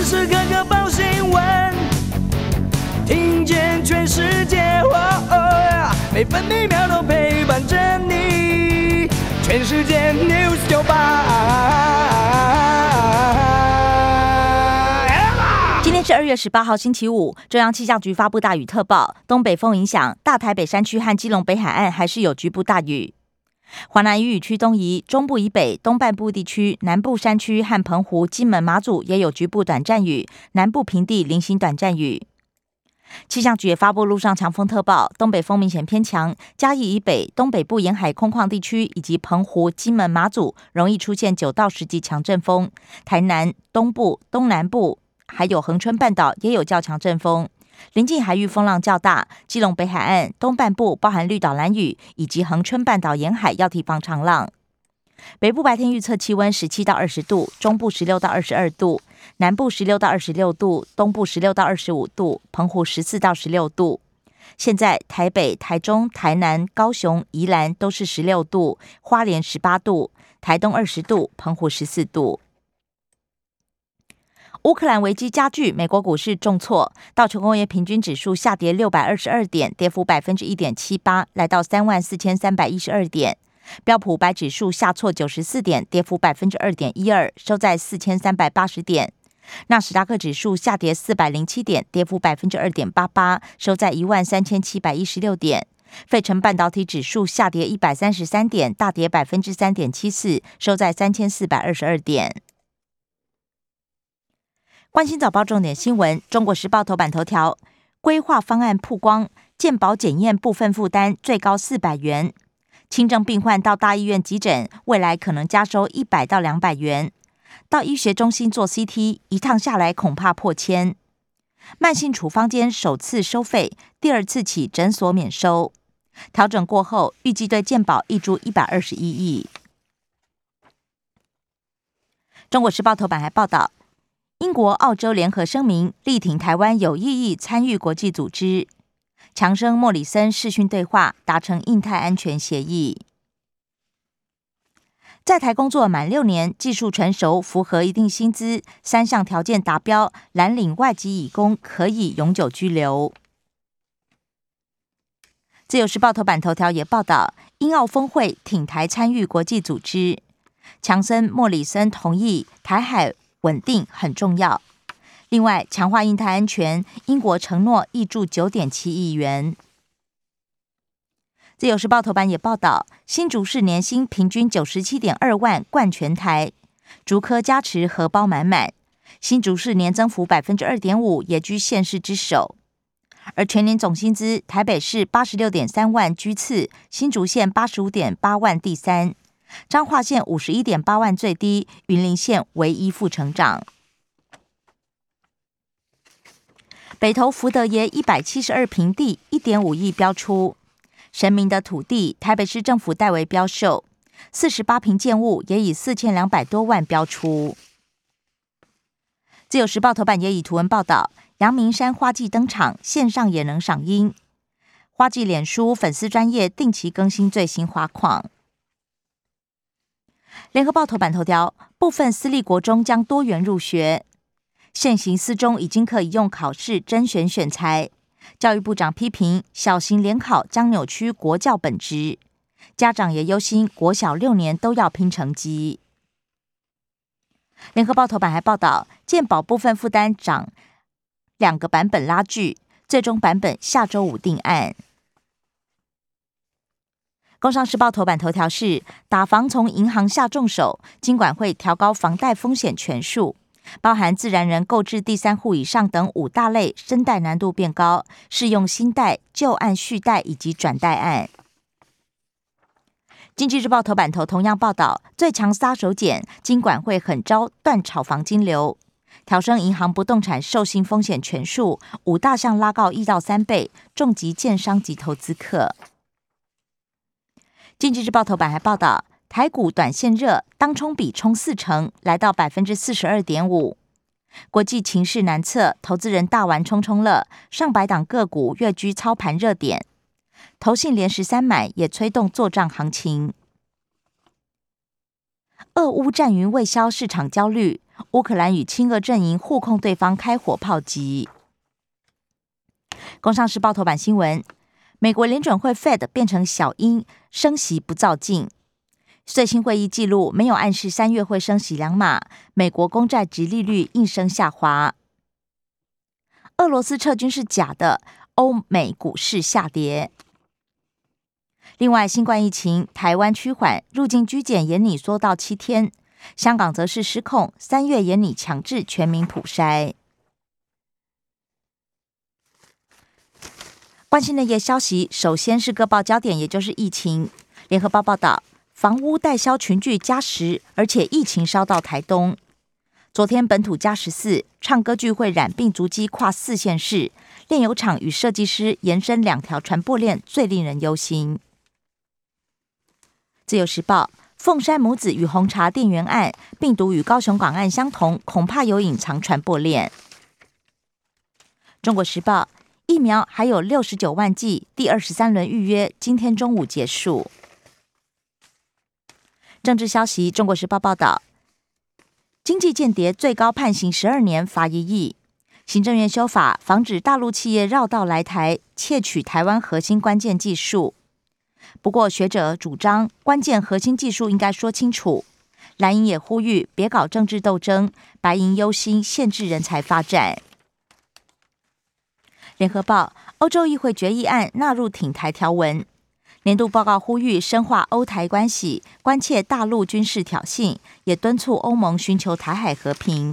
时刻刻报新闻，听见全世界，每分每秒都陪伴着你。全世界 News 98。 今天是2月18号星期五，中央气象局发布大雨特报，东北风影响，大台北山区和基隆北海岸还是有局部大雨。华南雨区东移，中部以北、东半部地区、南部山区和澎湖、金门、马祖也有局部短暂雨，南部平地零星短暂雨。气象局也发布陆上强风特报，东北风明显偏强，嘉义以北、东北部沿海空旷地区以及澎湖、金门、马祖容易出现9到10级强阵风，台南、东部、东南部还有恒春半岛也有较强阵风。临近海域风浪较大，基隆北海岸东半部包含绿岛兰屿以及恒春半岛沿海要提防长浪。北部白天预测气温17到20度，中部16到22度，南部16到26度，东部16到25度，澎湖14到16度。现在台北、台中、台南、高雄、宜兰都是16度，花莲18度，台东20度，澎湖14度。乌克兰危机加剧，美国股市重挫，道琼工业平均指数下跌622点，跌幅1.78%，来到34,312点。标普500指数下挫94点，跌幅2.12%，收在4380点。纳斯达克指数下跌407点，跌幅2.88%，收在13716点。费城半导体指数下跌133点，大跌3.74%，收在3422点。关心早报重点新闻，中国时报头版头条，规划方案曝光，健保检验部分负担最高400元，轻症病患到大医院急诊，未来可能加收100到200元，到医学中心做 CT， 一趟下来恐怕破千。慢性处方间首次收费，第2次起诊所免收，调整过后，预计对健保挹注121亿。中国时报头版还报道，英国、澳洲联合声明，力挺台湾有意义参与国际组织，强生莫里森视讯对话，达成印太安全协议。在台工作满6年，技术成熟，符合一定薪资，3项条件达标，蓝领外籍移工可以永久居留。自由时报头版头条也报道，英澳峰会挺台参与国际组织，强生莫里森同意台海稳定很重要。另外，强化印太安全，英国承诺挹注9.7亿元。自由时报头版也报道，新竹市年薪平均97.2万，冠全台，竹科加持荷包满满。新竹市年增幅2.5%，也居县市之首。而全年总薪资，台北市86.3万居次，新竹县85.8万第3。彰化县51.8万最低，云林县唯一负成长。北投福德爷172坪地1.5亿标出，神明的土地，台北市政府代为标售，48坪建物也以4200多万标出。自由时报头版也以图文报道，阳明山花季登场，线上也能赏樱。花季脸书粉丝专页定期更新最新花况。联合报头版头条，部分私立国中将多元入学，现行私中已经可以用考试甄选选才。教育部长批评小型联考将扭曲国教本质，家长也忧心国小6年都要拼成绩。联合报头版还报道，健保部分负担涨2个版本拉锯，最终版本下周5定案。工商时报头版头条是打房从银行下重手，金管会调高房贷风险权数，包含自然人购置第3户以上等5大类，申贷难度变高，适用新贷、旧案续贷以及转贷案。经济日报头版头同样报道，最强杀手锏，金管会狠招断炒房金流，调升银行不动产授信风险权数，5大项拉高1到3倍，重击建商及投资客。经济日报头版还报道，台股短线热，当冲比冲40%，来到 42.5%。国际情势难测，投资人大玩冲冲乐，上百档个股跃居操盘热点，投信连13买，也催动作账行情。俄乌战云未消，市场焦虑， 乌克兰与亲俄阵营互控对方开火炮击。工商时报头版新闻：美国联准会 Fed 变成小鹰，升息不造劲。最新会议记录没有暗示3月会升息2码，美国公债殖利率应声下滑。俄罗斯撤军是假的，欧美股市下跌。另外，新冠疫情台湾趋缓，入境居检延拟缩到7天，香港则是失控，3月延拟强制全民普筛。关心的夜消息，首先是各报焦点，也就是疫情。联合报报道，房屋代销群聚加10，而且疫情烧到台东。昨天本土加14，唱歌聚会染病足迹跨4县市，炼油厂与设计师延伸2条传播链，最令人忧心。自由时报，凤山母子与红茶店员案，病毒与高雄港案相同，恐怕有隐藏传播链。中国时报，疫苗还有69万剂，第23轮预约今天中午结束。政治消息，中国时报报道，经济间谍最高判刑12年，罚1亿。行政院修法，防止大陆企业绕道来台，窃取台湾核心关键技术。不过，学者主张关键核心技术应该说清楚。蓝营也呼吁别搞政治斗争，白营忧心限制人才发展。联合报，欧洲议会决议案纳入挺台条文。年度报告呼吁深化欧台关系，关切大陆军事挑衅，也敦促欧盟寻求台海和平。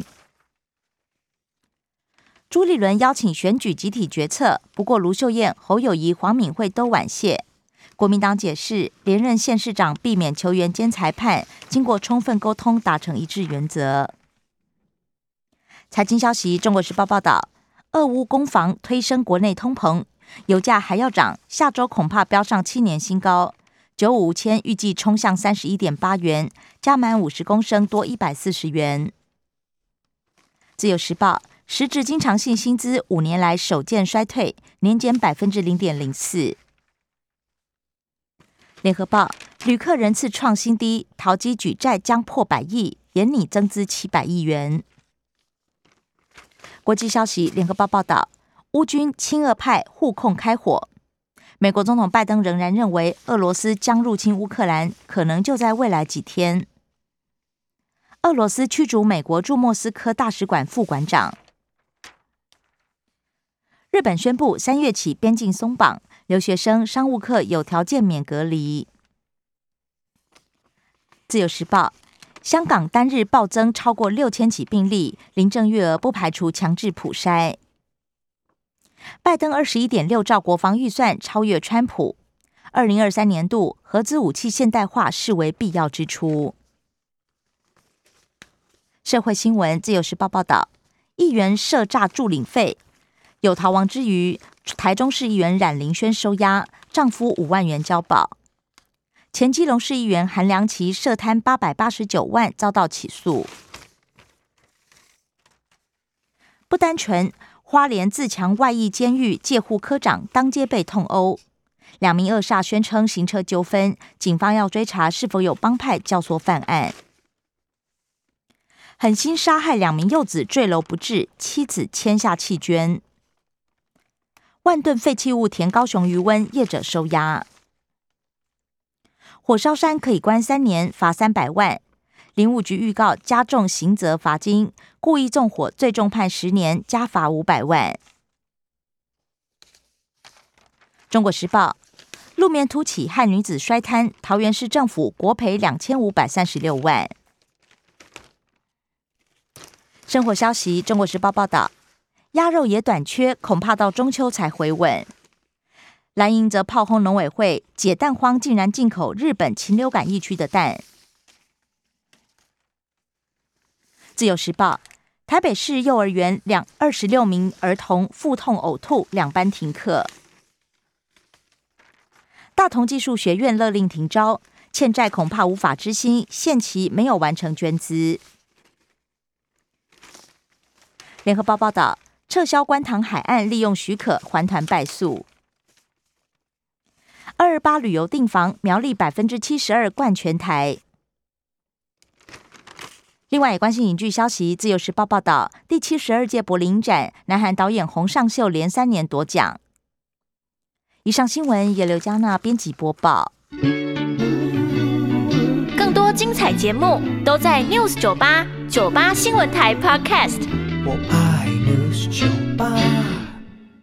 朱立伦邀请选举集体决策，不过卢秀燕、侯友宜、黄敏惠都婉谢。国民党解释，连任县市长避免球员兼裁判，经过充分沟通达成一致原则。财经消息，中国时报报道，俄乌攻防推升国内通膨，油价还要涨，下周恐怕飙上7年新高。95千预计冲向31.8元，加满50公升多140元。自由时报，实质经常性薪资5年来首见衰退，年减0.04%。联合报，旅客人次创新低，桃机举债将破100亿，延拟增资700亿元。国际消息，联合报报道，乌军亲俄派互控开火。美国总统拜登仍然认为俄罗斯将入侵乌克兰，可能就在未来几天。俄罗斯驱逐美国驻莫斯科大使馆副馆长。日本宣布3月起边境松绑，留学生、商务客有条件免隔离。自由时报，香港单日暴增超过6000起病例，林郑月娥不排除强制普筛。拜登21.6兆国防预算超越川普，2023年度核子武器现代化视为必要支出。社会新闻，自由时报报道，议员涉诈助领费，有逃亡之余，台中市议员冉玲轩收押，丈夫5万元交保。前基隆市议员韩良琪涉贪889万，遭到起诉。不单纯，花莲自强外役监狱戒护科长当街被痛殴，2名恶煞宣称行车纠纷，警方要追查是否有帮派教唆犯案。狠心杀害2名幼子坠楼不治，妻子签下弃捐。万吨废弃物填高雄渔温，业者收押。火烧山可以关3年，罚300万。林务局预告加重刑责罚金，故意纵火最重判10年，加罚500万。中国时报，路面凸起害女子摔瘫，桃园市政府国赔2536万。生活消息，中国时报报道，鸭肉也短缺，恐怕到中秋才回稳。蓝营则炮轰农委会解蛋荒，竟然进口日本禽流感疫区的蛋。自由时报，台北市幼儿园26名儿童腹痛呕吐，2班停课。大同技术学院勒令停招，欠债恐怕无法支薪，限期没有完成捐资。联合报报道，撤销观塘海岸利用许可还团败诉。228旅游订房，苗栗72%冠全台。 另外也关心影剧消息，自由时报报道，第72届柏林影展，南韩导演洪尚秀连3年夺奖。以上新闻由刘嘉娜编辑播报。 更多精彩节目都在 News 98 98新闻台 Podcast。 我爱 News 98。